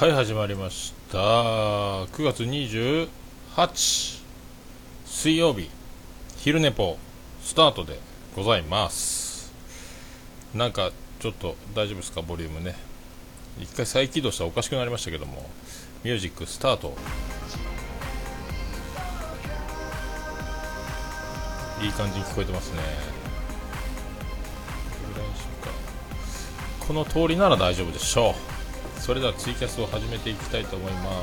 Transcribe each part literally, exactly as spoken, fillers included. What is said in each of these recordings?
はい、始まりました。くがつにじゅうはち水曜日、昼寝ぽスタートでございます。なんかちょっと大丈夫ですか、ボリュームね。一回再起動したらおかしくなりましたけども、ミュージックスタート。いい感じに聞こえてますね。どれぐらいにしようか。この通りなら大丈夫でしょう。それではツイキャスを始めていきたいと思います。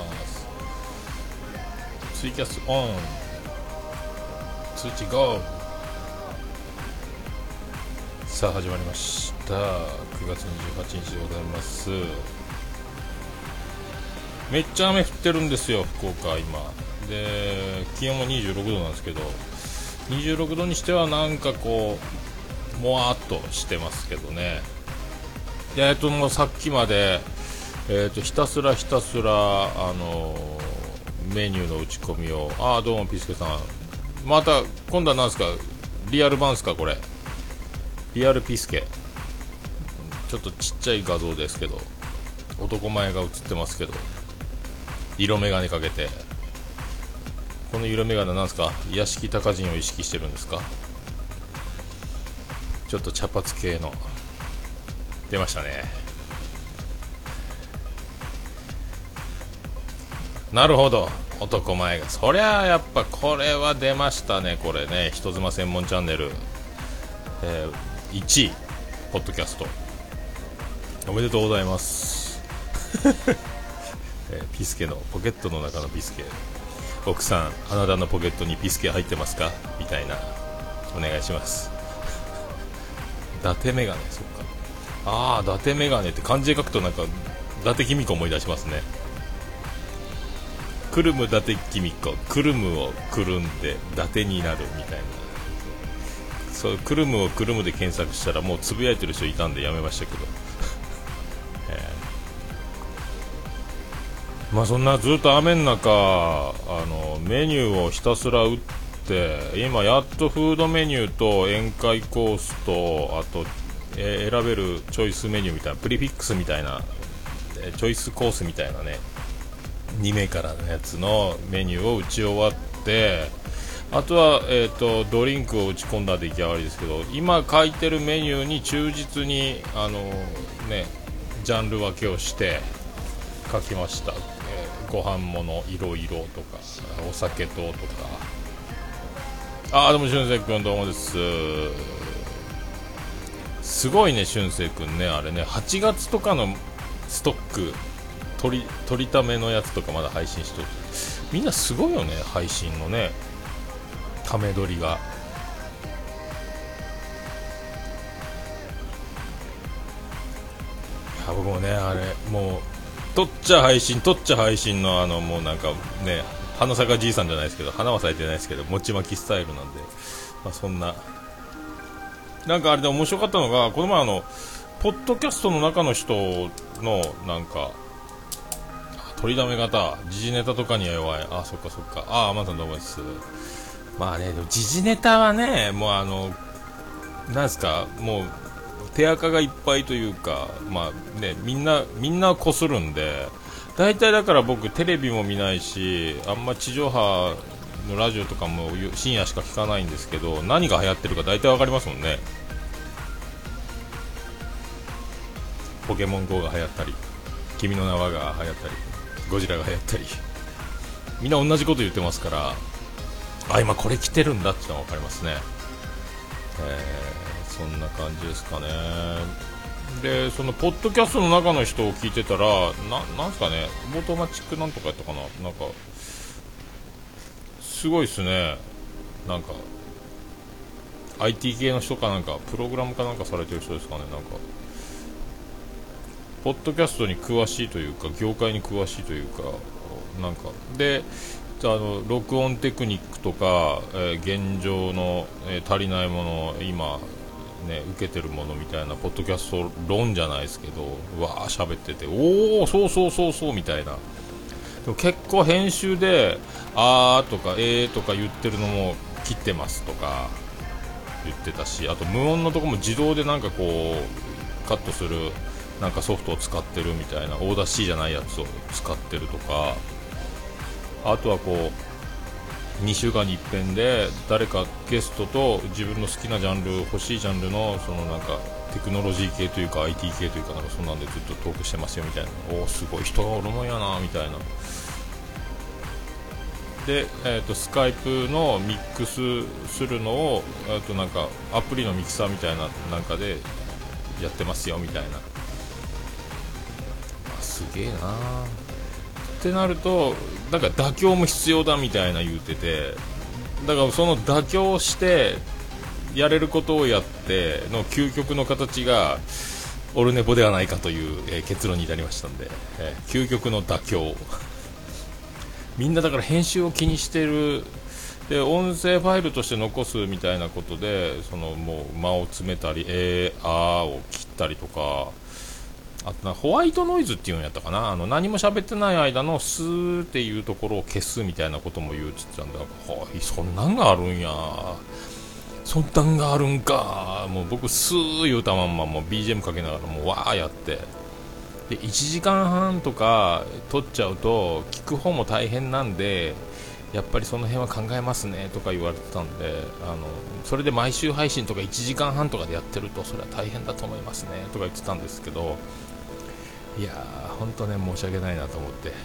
ツイキャスオン、通知ゴー。さあ始まりました。くがつにじゅうはちにちでございます。めっちゃ雨降ってるんですよ、福岡今で。気温もにじゅうろくどなんですけど、にじゅうろくどにしてはなんかこうもわっとしてますけどね。でえっともうさっきまでえー、とひたすらひたすら、あのー、メニューの打ち込みを。ああ、どうもピスケさん、また今度は何ですか、リアル版ですか、これリアルピスケ。ちょっとちっちゃい画像ですけど、男前が映ってますけど、色眼鏡かけて。この色眼鏡なんですか、屋敷高人を意識してるんですか。ちょっと茶髪系の出ましたね。なるほど、男前が。そりゃあやっぱこれは出ましたね。これね、人妻専門チャンネル、えー、いちいポッドキャストおめでとうございます、えー、ピスケのポケットの中のピスケ。奥さん、あなたのポケットにピスケ入ってますかみたいな、お願いします。伊達メガネ、そっか。ああ、伊達メガネって漢字で書くとなんか伊達公子思い出しますね。くるむ伊達公子、くるむをくるんで伊達になるみたいな。そう、くるむをくるむで検索したらもうつぶやいてる人いたんでやめましたけど、えー、まあそんなずっと雨の中、あのメニューをひたすら打って、今やっとフードメニューと宴会コースと、あと、えー、選べるチョイスメニューみたいな、プリフィックスみたいな、えー、チョイスコースみたいなね、にめいからのやつのメニューを打ち終わって、あとは、えーと、ドリンクを打ち込んだ出来上がりですけど、今書いてるメニューに忠実に、あのね、ジャンル分けをして書きました。えー、ご飯ものいろいろとか、お酒ととか。あー、どうも俊生くん、どうもです。すごいね、俊生くんね。あれね、はちがつとかのストック取り、取りためのやつとかまだ配信しとる。みんなすごいよね、配信のね、ため取りが。いや、僕もね、あれもう取っちゃ配信取っちゃ配信の、あのもうなんかね、花咲かじいさんじゃないですけど、花は咲いてないですけど、餅巻きスタイルなんで、まあ、そんななんかあれで面白かったのが、この前あのポッドキャストの中の人のなんか取りだめ方、時事ネタとかには弱い。あ、そっかそっか。あ、またどうもです。まあね、でも時事ネタはね、もうあのなんすか、もう手垢がいっぱいというか、まあね、みんなみんなこするんで、大体だから僕テレビも見ないし、あんま地上波のラジオとかも深夜しか聞かないんですけど、何が流行ってるか大体わかりますもんね。ポケモン ゴー が流行ったり、君の名はが流行ったり、ゴジラが流行ったり、みんな同じこと言ってますから、あ、今これ来てるんだってのが分かりますね。えー、そんな感じですかね。で、そのポッドキャストの中の人を聞いてたら、な、なんすかね、オートマチックなんとかやったかな、なんかすごいですね。なんか アイティー 系の人かなんか、プログラムかなんかされてる人ですかね。なんかポッドキャストに詳しいというか、業界に詳しいというか、なんかで、あの録音テクニックとか、えー、現状の、えー、足りないもの、今、ね、受けてるものみたいなポッドキャスト論じゃないですけど、うわー喋ってて、おお、そうそうそうそうみたいな。でも結構編集であーとかえーとか言ってるのも切ってますとか言ってたし、あと無音のとこも自動でなんかこうカットするなんかソフトを使ってるみたいな、オーダー C じゃないやつを使ってるとか、あとはこうにしゅうかんに一遍で誰かゲストと自分の好きなジャンル、欲しいジャンルのそのなんかテクノロジー系というか アイティー 系というか、なんかそんなんでずっとトークしてますよみたいな、おーすごい人がおるもんやなみたいな。で、えー、とスカイプのミックスするのを、えー、となんかアプリのミキサーみたいななんかでやってますよみたいな、あすげえなってなると、なんか妥協も必要だみたいな言うてて、だからその妥協してやれることをやっての究極の形がオルネポではないかという、えー、結論に至りましたんで、えー、究極の妥協みんなだから編集を気にしてる、で音声ファイルとして残すみたいなことで、そのもう間を詰めたり、えー、あーを切ったりとか、あとなホワイトノイズっていうんやったかな、あの何も喋ってない間のスーっていうところを消すみたいなことも言うって言ってたんだ。はい、そんなんがあるんや、そんなんがあるんか。もう僕スー言うたまんまもう ビージーエム かけながらもうわーやって、でいちじかんはんとか撮っちゃうと聞く方も大変なんで、やっぱりその辺は考えますねとか言われてたんで、あのそれで毎週配信とかいちじかんはんとかでやってるとそれは大変だと思いますねとか言ってたんですけど、いやー本当ね申し訳ないなと思って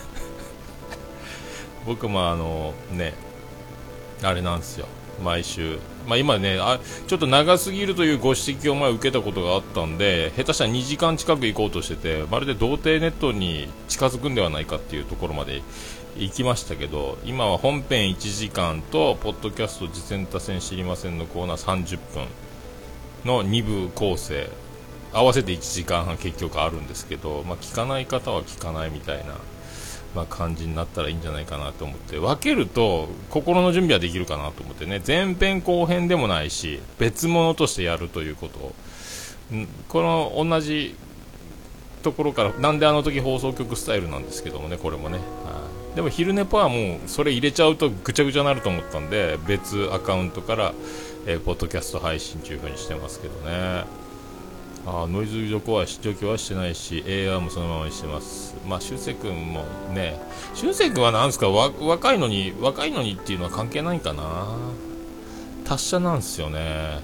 僕もあのねあれなんですよ、毎週、まあ、今ねあちょっと長すぎるというご指摘を前受けたことがあったんで、下手したらにじかん近く行こうとしてて、まるで童貞ネットに近づくんではないかっていうところまで行きましたけど、今は本編いちじかんとポッドキャスト次戦多戦知りませんのコーナーさんじゅっぷんのに部構成合わせていちじかんはん結局あるんですけど、まあ、聞かない方は聞かないみたいな、まあ、感じになったらいいんじゃないかなと思って、分けると心の準備はできるかなと思ってね、前編後編でもないし別物としてやるということを、この同じところからなんであの時放送局スタイルなんですけどもね、これもね、はい、でも昼寝ぽはもうそれ入れちゃうとぐちゃぐちゃになると思ったんで、別アカウントから、えー、ポッドキャスト配信という風にしてますけどね。あノイズ除去は除去はしてないし エーアール もそのままにしてます。まあ修正君もね、修正君はなんですか、わ若いのに若いのにっていうのは関係ないかな、達者なんですよね、え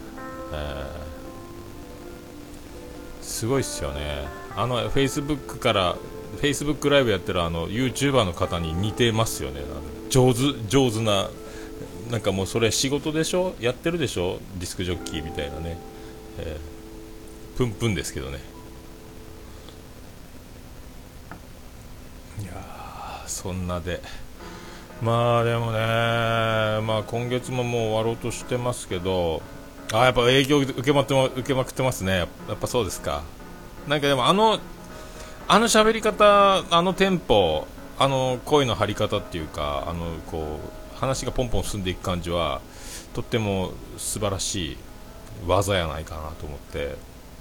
ー、すごいっすよね。あの Facebook から Facebook ライブやってるあの YouTuber の方に似てますよね。上手上手な、なんかもうそれ仕事でしょ、やってるでしょ、ディスクジョッキーみたいなね、えープンプンですけどね。いやーそんなで、まあでもね、まあ今月ももう終わろうとしてますけど、あやっぱ営業受けまっても受けまくってますね。やっぱそうですか。なんかでもあのあの喋り方、あのテンポ、あの声の張り方っていうか、あのこう話がポンポン進んでいく感じはとっても素晴らしい技やないかなと思って。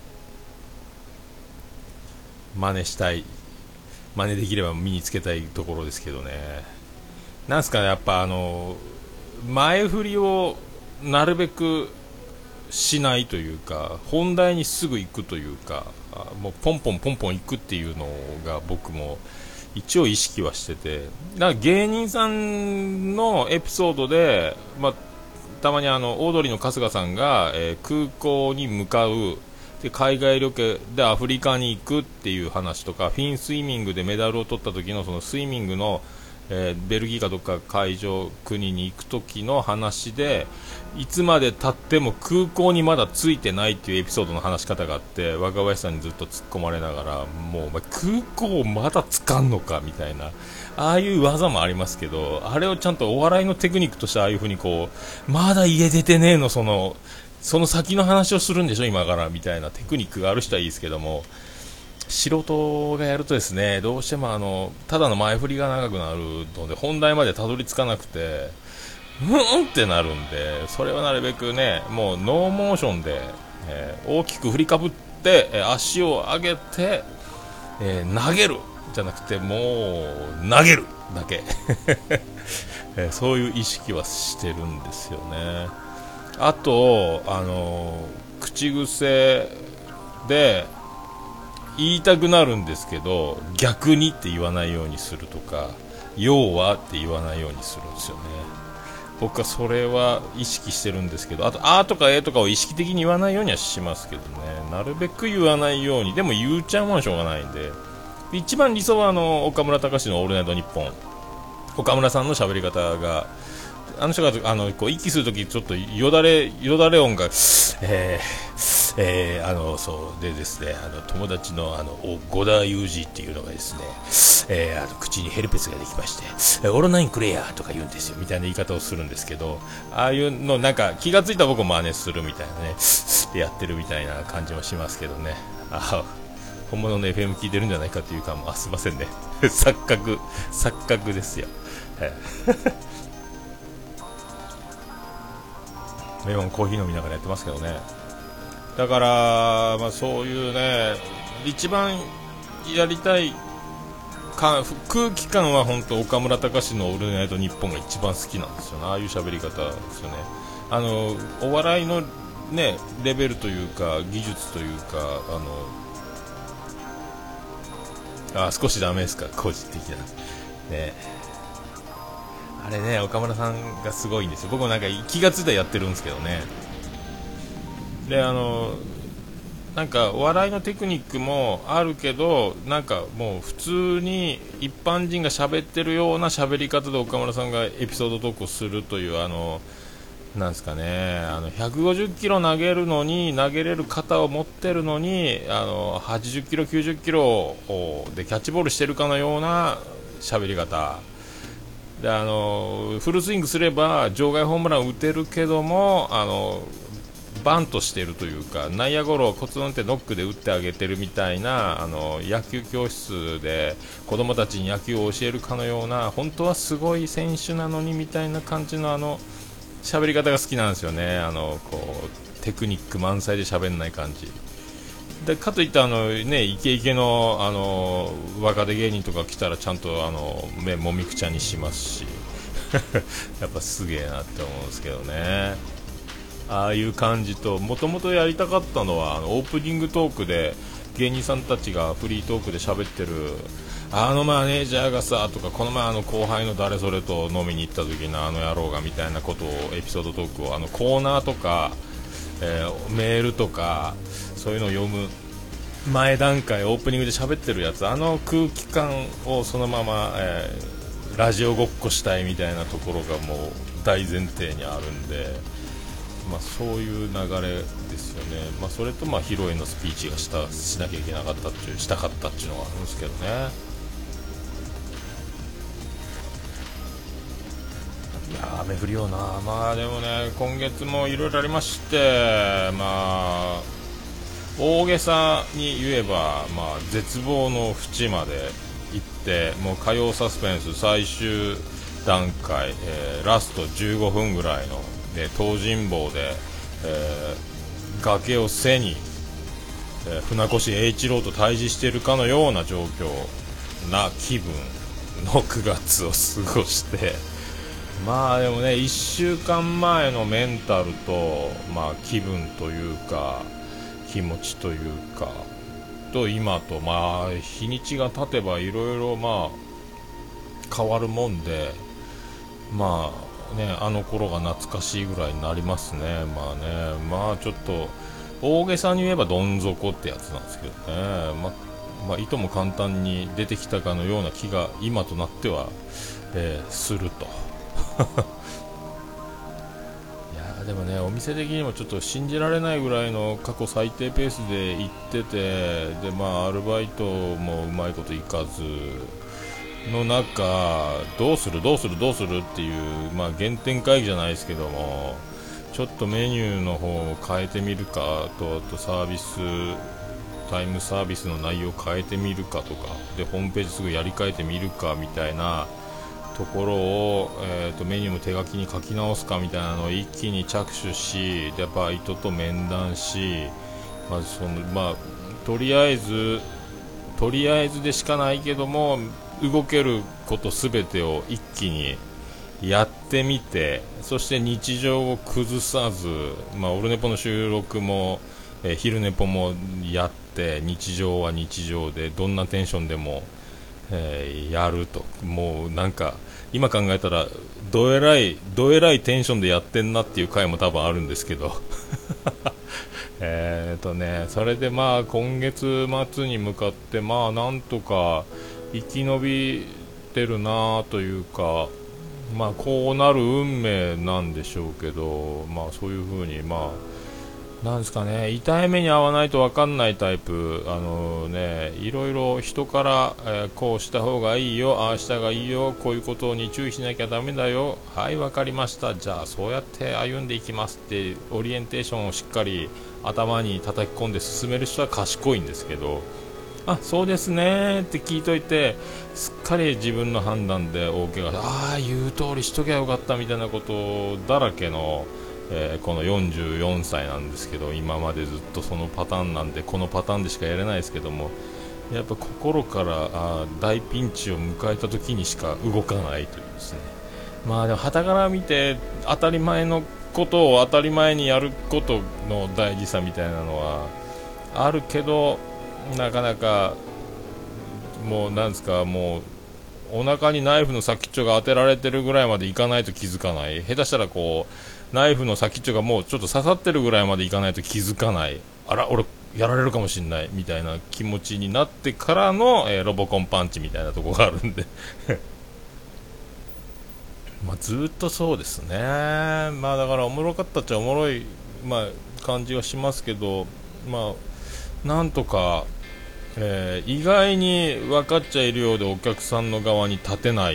真似したい、真似できれば身につけたいところですけどね。なんすかね、やっぱあの前振りをなるべくしないというか、本題にすぐ行くというか、もうポンポンポンポン行くっていうのが僕も一応意識はしてて、だから芸人さんのエピソードで、まあ、たまにあのオードリーの春日さんが、えー、空港に向かうで海外ロケでアフリカに行くっていう話とか、フィンスイミングでメダルを取った時のそのスイミングの、えー、ベルギーかどっか会場国に行く時の話で、いつまで経っても空港にまだ着いてないっていうエピソードの話し方があって、若林さんにずっと突っ込まれながら、もうお前空港まだ着かんのかみたいな、ああいう技もありますけど、あれをちゃんとお笑いのテクニックとしてああいう風にこう、まだ家出てねえの、そのその先の話をするんでしょ今からみたいなテクニックがある人はいいですけども、素人がやるとですね、どうしてもあのただの前振りが長くなるので本題までたどり着かなくて、うんってなるんで、それはなるべくね、もうノーモーションで、えー、大きく振りかぶって、えー、足を上げて、えー、投げるじゃなくてもう投げるだけ、えー、そういう意識はしてるんですよね。あと、あのー、口癖で、 言いたくなるんですけど、逆にって言わないようにするとか、要はって言わないようにするんですよね。僕はそれは意識してるんですけど、あとあーとかえーとかを意識的に言わないようにはしますけどね。なるべく言わないように。でも言うちゃうもんはしょうがないんで、一番理想はあの岡村隆史のオールナイトニッポン、岡村さんの喋り方が、あの人があのこう息するときちょっとよだれよだれ音が、えーえー、あのそうでですね、あの友達のあの五田裕二っていうのがですね、えー、あの口にヘルペスができまして、オロナインクレアとか言うんですよみたいな言い方をするんですけど、ああいうのなんか気がついた僕も真似するみたいなね、でやってるみたいな感じもしますけどね。あ、本物の エフエム 聞いてるんじゃないかというか、もうあすいませんね錯覚錯覚ですよ。メロンコーヒー飲みながらやってますけどね。だから、まあ、そういうね、一番やりたいか空気感は本当岡村隆史のオールナイトニッポンが一番好きなんですよね。ああいう喋り方ですよね。あのお笑いのねレベルというか技術というか、あのあ少しダメですか、個人的なね。あれね、岡村さんがすごいんですよ。僕もなんか気がついたらやってるんですけどね。で、あのなんかお笑いのテクニックもあるけど、なんかもう普通に一般人が喋ってるような喋り方で岡村さんがエピソードトークをするという、あのなんですかね、あのひゃくごじゅっキロ投げるのに投げれる肩を持ってるのに、あのはちじゅっキロきゅうじゅっキロでキャッチボールしてるかのような喋り方で、あのフルスイングすれば場外ホームラン打てるけども、あのバントしてるというか、内野ゴロをコツンってノックで打ってあげてるみたいな、あの野球教室で子供たちに野球を教えるかのような、本当はすごい選手なのにみたいな感じのあの喋り方が好きなんですよね。あのこうテクニック満載で喋んない感じで、かといってあの、ね、イケイケの、あの若手芸人とか来たらちゃんとあの目もみくちゃにしますしやっぱすげえなって思うんですけどね。ああいう感じと、もともとやりたかったのはあのオープニングトークで芸人さんたちがフリートークで喋ってる、あのマネージャーがさとか、この前あの後輩の誰それと飲みに行った時のあの野郎がみたいなことを、エピソードトークをあのコーナーとか、えー、メールとかそういうのを読む前段階オープニングで喋ってるやつ、あの空気感をそのまま、えー、ラジオごっこしたいみたいなところがもう大前提にあるんで、まあ、そういう流れですよね。まあ、それとまあヒロインのスピーチがしたしなきゃいけなかったっていうしたかったっていうのがあるんですけどね。いや雨降るよな。まあでもね、今月もいろいろありまして、まあ大げさに言えば、まあ、絶望の淵まで行って、もう火曜サスペンス最終段階、えー、ラストじゅうごふんぐらいので東尋坊で、えー、崖を背に、えー、船越英一郎と対峙しているかのような状況な気分のくがつを過ごして、まあでもね、いっしゅうかんまえのメンタルと、まあ、気分というか気持ちというかと今と、まあ日にちが経てばいろいろまあ変わるもんで、まあね、あの頃が懐かしいぐらいになりますね。まあね、まあちょっと大げさに言えばどん底ってやつなんですけどね。まあ、まあ、いとも簡単に出てきたかのような気が今となっては、えー、するといやでもね、お店的にもちょっと信じられないぐらいの過去最低ペースで行ってて、でまあアルバイトもうまいこといかずの中、どうするどうするどうするっていう、まあ、原点会議じゃないですけども、ちょっとメニューの方を変えてみるかと、あとサービスタイムサービスの内容を変えてみるかとかで、ホームページすぐやり替えてみるかみたいなところを、えー、とメニューも手書きに書き直すかみたいなのを一気に着手し、でバイトと面談し、まずその、まあ、とりあえずとりあえずでしかないけども動けることすべてを一気にやってみて、そして日常を崩さず、まあ、オルネポの収録も、えー、昼ネポもやっって日常は日常でどんなテンションでも、えー、やると、もうなんか今考えたらどえらいどえらいテンションでやってんなっていう回も多分あるんですけどえーとねそれでまあ今月末に向かってまあなんとか生き延びてるなというか、まあこうなる運命なんでしょうけど、まあそういう風にまあなんですかね、痛い目に遭わないと分かんないタイプ、あのね、いろいろ人から、えー、こうした方がいいよ、ああしたがいいよ、こういうことに注意しなきゃダメだよ、はい分かりました、じゃあそうやって歩んでいきますってオリエンテーションをしっかり頭に叩き込んで進める人は賢いんですけど、あそうですねって聞いといてすっかり自分の判断で大怪我、ああ言う通りしときゃよかったみたいなことだらけの、えー、このよんじゅうよんさいなんですけど、今までずっとそのパターンなんでこのパターンでしかやれないですけども、やっぱ心からあ大ピンチを迎えた時にしか動かないというですね、まあでも傍から見て当たり前のことを当たり前にやることの大事さみたいなのはあるけど、なかなかもうなんですか、もうお腹にナイフの先っちょが当てられてるぐらいまでいかないと気づかない、下手したらこうナイフの先っちょがもうちょっと刺さってるぐらいまでいかないと気づかない、あら俺やられるかもしれないみたいな気持ちになってからの、えー、ロボコンパンチみたいなとこがあるんでまあずっとそうですね、まあだからおもろかったっちゃおもろい、まあ、感じはしますけど、まあなんとか、えー、意外に分かっちゃいるようでお客さんの側に立てない、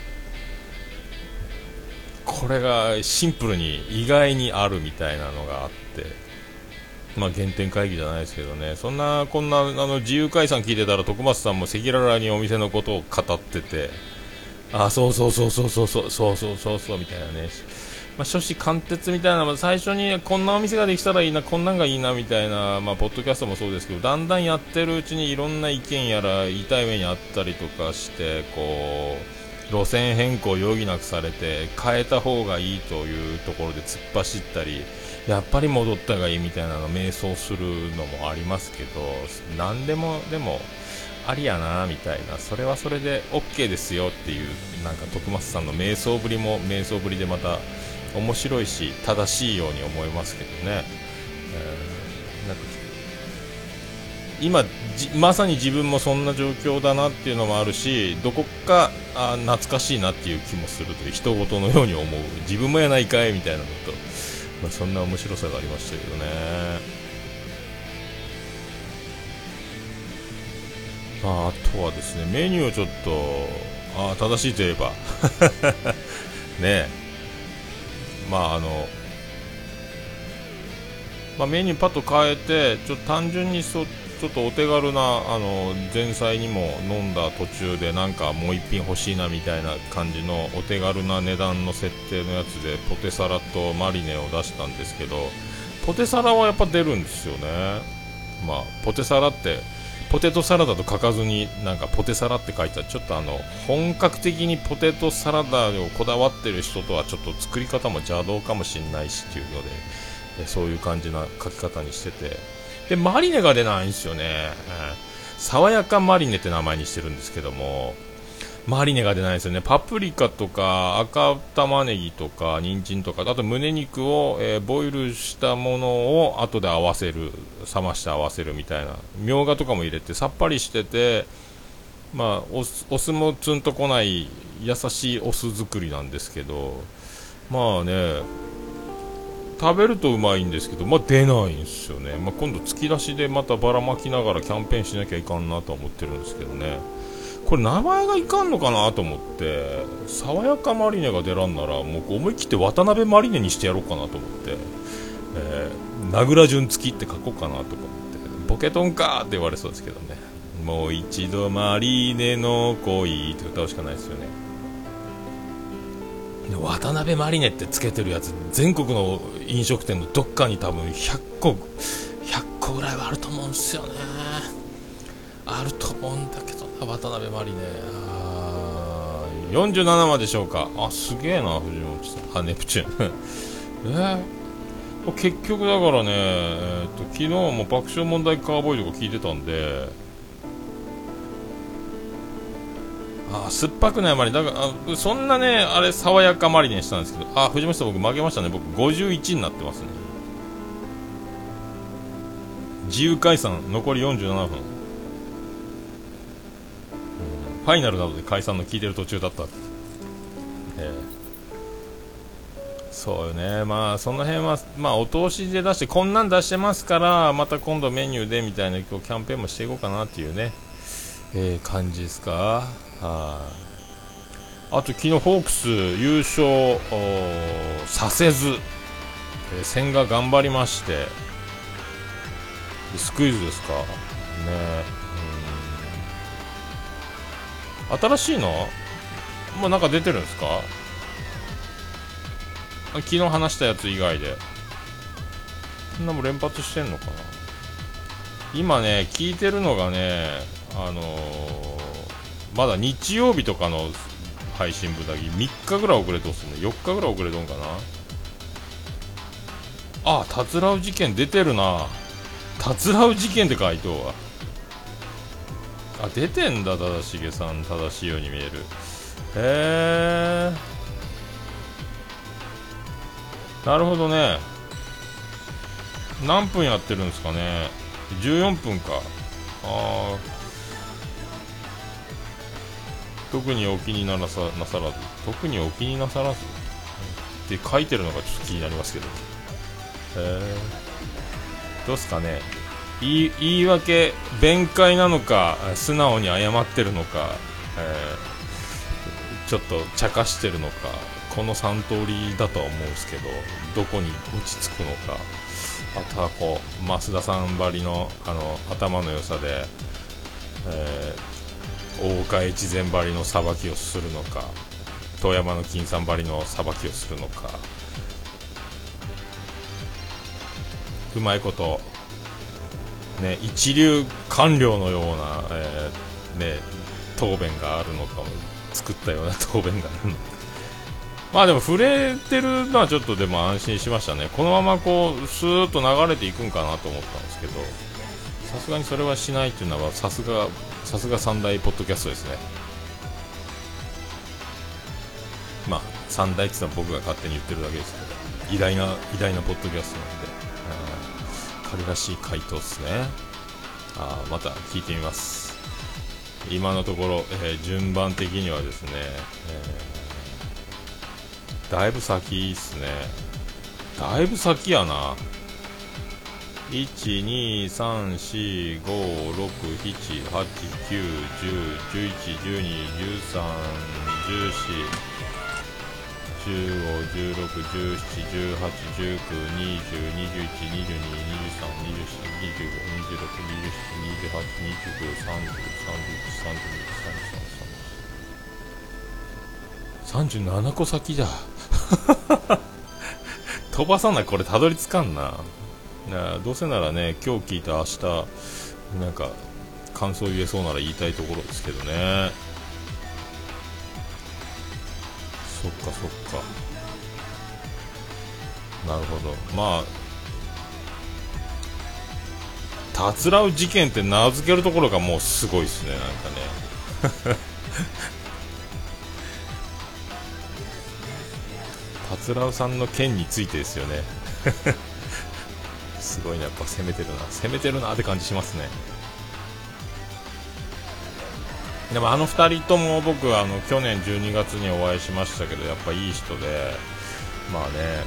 これがシンプルに意外にあるみたいなのがあって、まあ原点会議じゃないですけどね、そんなこんなあの自由解散聞いてたら徳松さんも赤裸々にお店のことを語ってて、あそうそうそうそうそうそうそうそうそうそうみたいなね、まあ、初子貫徹みたいな、最初にこんなお店ができたらいいな、こんなんがいいなみたいな、まあ、ポッドキャストもそうですけど、だんだんやってるうちにいろんな意見やら痛い目にあったりとかして、こう路線変更を余儀なくされて変えた方がいいというところで突っ走ったり、やっぱり戻った方がいいみたいなの迷走するのもありますけど、何でもでもありやなみたいな、それはそれで OK ですよっていう、なんか徳松さんの迷走ぶりも迷走ぶりでまた面白いし正しいように思いますけどね、えー、なんか今まさに自分もそんな状況だなっていうのもあるし、どこかあ懐かしいなっていう気もするという、人事のように思う、自分もやないかいみたいなのと、まあ、そんな面白さがありましたけどね。まあ、あとはですね、メニューをちょっとあ正しいといえばねえ、まああの、まあ、メニューパッと変えて、ちょっと単純にそちょっとお手軽なあの前菜にも飲んだ途中でなんかもう一品欲しいなみたいな感じのお手軽な値段の設定のやつでポテサラとマリネを出したんですけど、ポテサラはやっぱ出るんですよね。まあポテサラってポテトサラダと書かずになんかポテサラって書いてある、ちょっとあの本格的にポテトサラダをこだわってる人とはちょっと作り方も邪道かもしれないしっていうので、そういう感じな書き方にしてて、でマリネが出ないんですよね、うん、爽やかマリネって名前にしてるんですけども、マリネが出ないんですよね。パプリカとか赤玉ねぎとか人参とか、あと胸肉を、えー、ボイルしたものを後で合わせる、冷まして合わせるみたいな、みょうがとかも入れてさっぱりしてて、まあお酢、お酢もツンとこない優しいお酢作りなんですけど、まあね食べるとうまいんですけど、まあ、出ないんですよね。まあ、今度突き出しでまたばらまきながらキャンペーンしなきゃいかんなと思ってるんですけどね。これ名前がいかんのかなと思って、爽やかマリネが出らんならもう思い切って渡辺マリネにしてやろうかなと思って、えー、名倉潤付きって書こうかなと思って、ボケトンかーって言われそうですけどね。もう一度マリネの恋って歌うしかないですよね。渡辺マリネってつけてるやつ全国の飲食店のどっかに多分ひゃっこひゃっこぐらいはあると思うんですよね。あると思うんだけどな、渡辺マリネ。あよんじゅうななまでしょうか。あすげえな藤本さん、あネプチューンえー、 結局だからね、えー、と昨日も爆笑問題カーボーイとか聞いてたんで、あ酸っぱくないマリネだからあそんなねあれ爽やかマリネしたんですけど、あ藤本さん僕負けましたね。僕ごじゅういちになってますね。自由解散残りよんじゅうななふん、うん、ファイナルなどで解散の聞いてる途中だった、えーそうよね。まあその辺はまあお通しで出してこんなん出してますからまた今度メニューでみたいな今日キャンペーンもしていこうかなっていうね、えー、感じですか。はああと昨日ホークス優勝させず、えー、千賀頑張りましてスクイズですかね。うん新しいのもうなんか出てるんですか。昨日話したやつ以外でそんなも連発してんのかな。今ね聞いてるのがねあのー、まだ日曜日とかの配信分だけみっかぐらい遅れてますね。よっかぐらい遅れとんかな。あたつらう事件出てるな。たつらう事件って回答はあ出てんだ。正成さん正しいように見える。へえなるほどね。何分やってるんですかね。じゅうよんぷんか。あ特にお気にならさなさらず特にお気になさらずって書いてるのがちょっと気になりますけど、へえどうすかね。言い、言い訳弁解なのか素直に謝ってるのか、えー、ちょっと茶化してるのかこのさん通りだとは思うんですけどどこに落ち着くのか。あとはこう増田さんばりのあの頭の良さで、えー、大岡越前ばりのさばきをするのか遠山の金さんばりのさばきをするのかうまいことね一流官僚のような、えー、ね答弁があるのかも作ったような答弁があるのかまあでも触れてるのはちょっとでも安心しましたね。このままこうスーッと流れていくんかなと思ったんですけどさすがにそれはしないっていうのはさすがさすが三大ポッドキャストですね。まあ三大って言ったら僕が勝手に言ってるだけですけど偉大な偉大なポッドキャストなんで、うん、彼らしい回答ですね。あまた聞いてみます。今のところ、えー、順番的にはですね、えーだいぶ先っすね。だいぶ先やな。いち、に、さん、よん、ご、ろく、なな、はち、きゅう、じゅう、じゅういち、じゅうに、じゅうさん、じゅうよん、じゅうご、じゅうろく、じゅうなな、じゅうはち、じゅうきゅう、にじゅう、にじゅういち、にじゅうに、にじゅうさん、にじゅうよん、にじゅうご、にじゅうろく、にじゅうなな、にじゅうはち、にじゅうきゅう、さんじゅう、さんじゅういち、さんじゅうに、さんじゅうさん、さんじゅうななこ先じゃ飛ばさないこれたどり着かんな。どうせならね今日聞いた明日なんか感想言えそうなら言いたいところですけどね。そっかそっかなるほど。まあたつらう事件って名付けるところがもうすごいですね。なんかね桂尾さんの件についてですよねすごいねやっぱ攻めてるな攻めてるなって感じしますね。でもあのふたりとも僕はあの去年じゅうにがつにお会いしましたけどやっぱいい人でまあね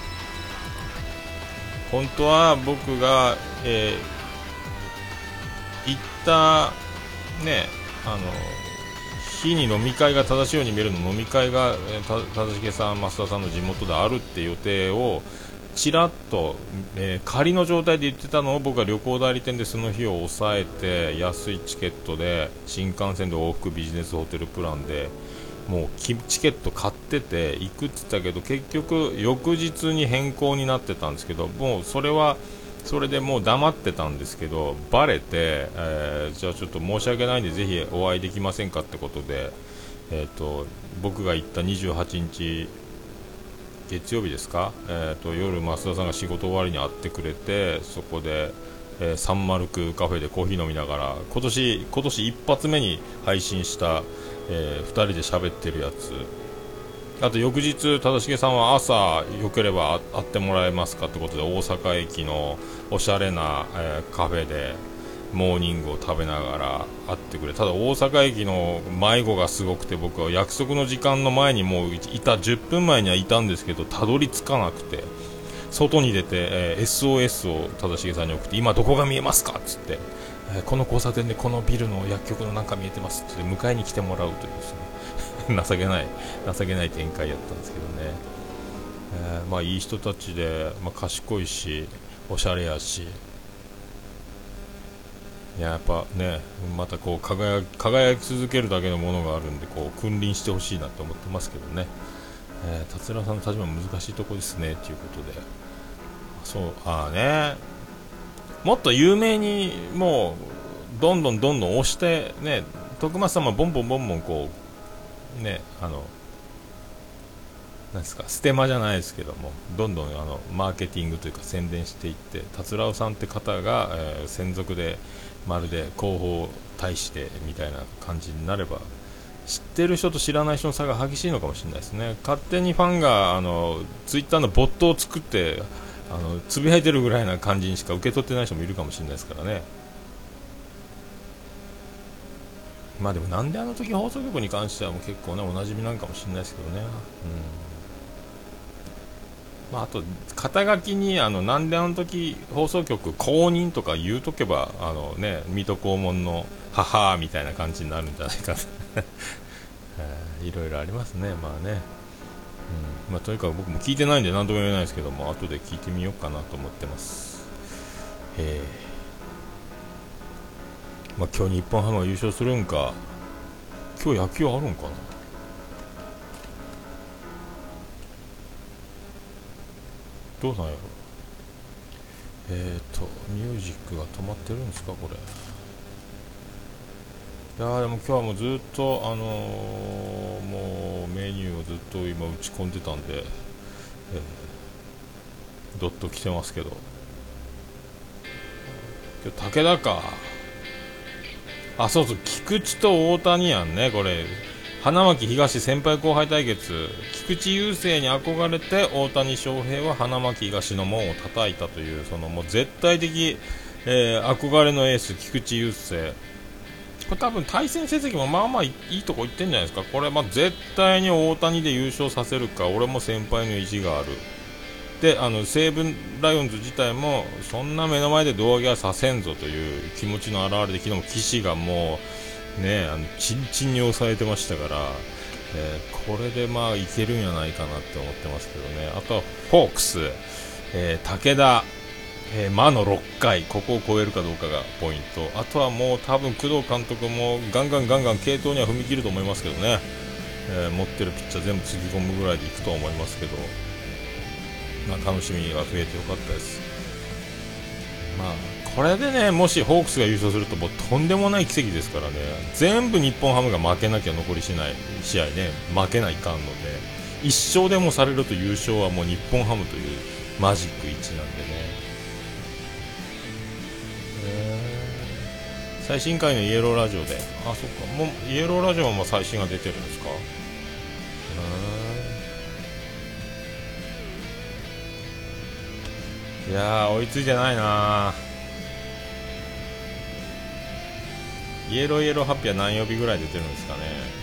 本当は僕が、えー、行ったねあの日に飲み会が正しいように見えるの飲み会が正成さん増田さんの地元であるって予定をちらっと、えー、仮の状態で言ってたのを僕が旅行代理店でその日を抑えて安いチケットで新幹線で往復ビジネスホテルプランでもうチケット買ってて行くって言ったけど結局翌日に変更になってたんですけどもうそれはそれでもう黙ってたんですけどバレて、えー、じゃあちょっと申し訳ないんでぜひお会いできませんかってことで、えー、と僕が行ったにじゅうはちにち月曜日ですか、えー、と夜増田さんが仕事終わりに会ってくれて、そこで、えー、サンマルクカフェでコーヒー飲みながら今年今年一発目に配信した、えー、ふたりで喋ってるやつ、あと翌日忠重さんは朝よければ会ってもらえますかってことで大阪駅のおしゃれな、えー、カフェでモーニングを食べながら会ってくれ。ただ大阪駅の迷子がすごくて、僕は約束の時間の前にもういたじゅっぷんまえにはいたんですけど、たどり着かなくて外に出て、えー、エスオーエス を忠重さんに送って、今どこが見えますかっつって、えー、この交差点でこのビルの薬局の中見えてますって迎えに来てもらうというですね情けない情けない展開やったんですけどね、えー、まあいい人たちで、まあ、賢いしおしゃれやし、いややっぱね、またこう輝き、輝き続けるだけのものがあるんで、こう君臨してほしいなと思ってますけどね、えー、達郎さんの立場難しいとこですねということで、そうああね、もっと有名にもうどんどんどんどん押してね、徳松さんもボンボンボンボンこうね、あのなんですか、ステマじゃないですけども、どんどんあのマーケティングというか宣伝していって、達郎さんって方が、えー、専属でまるで広報大使でみたいな感じになれば、知ってる人と知らない人の差が激しいのかもしれないですね。勝手にファンがあのツイッターのボットを作ってあのつぶやいてるぐらいな感じにしか受け取ってない人もいるかもしれないですからね。まあでもなんであの時放送局に関してはもう結構ねおなじみなんかもしれないですけどね、うん、まあ、あと肩書きにあのなんであの時放送局公認とか言うとけば、あのね水戸黄門の母みたいな感じになるんじゃないかいろいろありますね。まあね、うん、まあ、とにかく僕も聞いてないんで何とも言えないですけども、後で聞いてみようかなと思ってます。えーまあ、今日日本ハムが優勝するんか、今日野球あるんかな、どうなんやろ。えーとミュージックが止まってるんですかこれ。いやーでも今日はもうずっとあのー、もうメニューをずっと今打ち込んでたんで、えー、ドッと来てますけど、今日武田か、あそうそう、菊池と大谷やんねこれ。花巻東先輩後輩対決、菊池雄星に憧れて大谷翔平は花巻東の門を叩いたという、そのもう絶対的、えー、憧れのエース菊池雄星、これ多分対戦成績もまあまあいいとこ行ってんじゃないですか。これまあ絶対に大谷で優勝させるか、俺も先輩の意地があるで、あの西武ライオンズ自体もそんな目の前で胴上げはさせんぞという気持ちの表れで、昨日も岸がもうねあのチンチンに抑えてましたから、えー、これでまあいけるんじゃないかなって思ってますけどね。あとはホークス、えー、武田、えー、魔のろっかい、ここを超えるかどうかがポイント。あとはもう多分工藤監督もガンガンガンガン継投には踏み切ると思いますけどね、えー、持ってるピッチャー全部つぎ込むぐらいでいくとは思いますけど、まあ、楽しみが増えてよかったです。まあこれでね、もしホークスが優勝するともうとんでもない奇跡ですからね。全部日本ハムが負けなきゃ残りしない試合ね、負けないかんので、一勝でもされると優勝はもう日本ハムというマジックいちなんでね。最新回のイエローラジオで、あそっか、もうイエローラジオも最新が出てるんですか。いやー追いついてないな。イエローイエローハッピーは何曜日ぐらい出てるんですかね。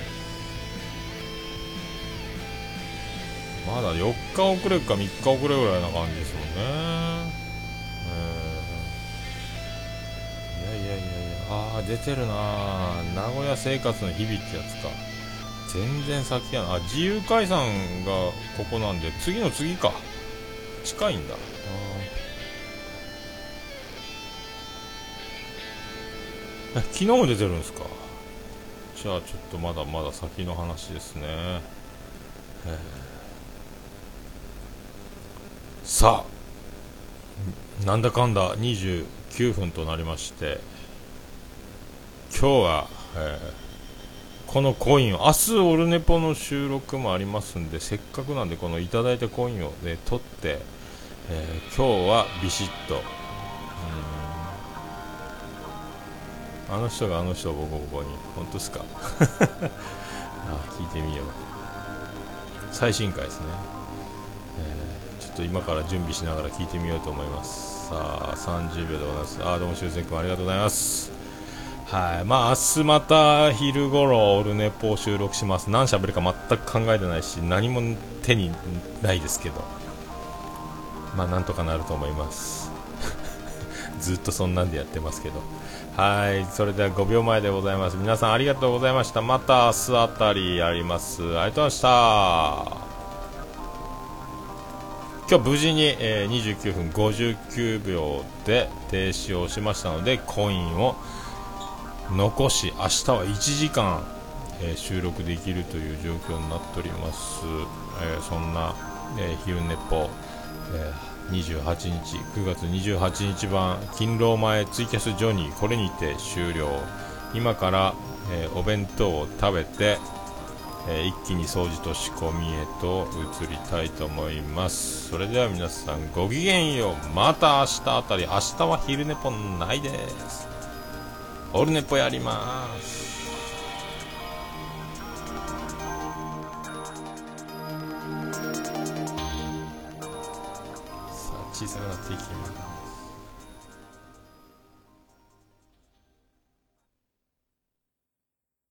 まだよっか遅れかみっか遅れぐらいな感じですもんね。いやいやいやいや、あー出てるな。名古屋生活の日々ってやつか。全然先やな。あ、自由解散がここなんで次の次か、近いんだ。昨日も出てるんですか。じゃあちょっとまだまだ先の話ですね。さあなんだかんだにじゅうきゅうふんとなりまして、今日は、えー、 このコインを明日オルネポの収録もありますんで、せっかくなんでこのいただいたコインを、ね、取って、えー、今日はビシッと、うーん、あの人があの人をボコボコに、本当ですかあ、聞いてみよう。最新回ですね、えー、ちょっと今から準備しながら聞いてみようと思います。さあさんじゅうびょうでございます。あ、どうもしゅうせい君ありがとうございます。はい、まあ明日また昼頃オルネポを収録します。何喋るか全く考えてないし、何も手にないですけど、まあなんとかなると思いますずっとそんなんでやってますけど。はい、それではごびょうまえでございます。皆さんありがとうございました。また明日あたりやります。ありがとうございました。今日無事に、えー、にじゅうきゅうふんごじゅうきゅうびょうで停止をしましたので、コインを残し明日はいちじかん、えー、収録できるという状況になっております。えー、そんな、えー、昼寝ぽ、えー、にじゅうはちにちくがつにじゅうはちにち版勤労前ツイキャスジョニー、これにて終了。今から、えー、お弁当を食べて、えー、一気に掃除と仕込みへと移りたいと思います。それでは皆さんごきげんよう。また明日あたり。明日は昼寝ぽないです。オルネポやります。さあ小さくなっていきます。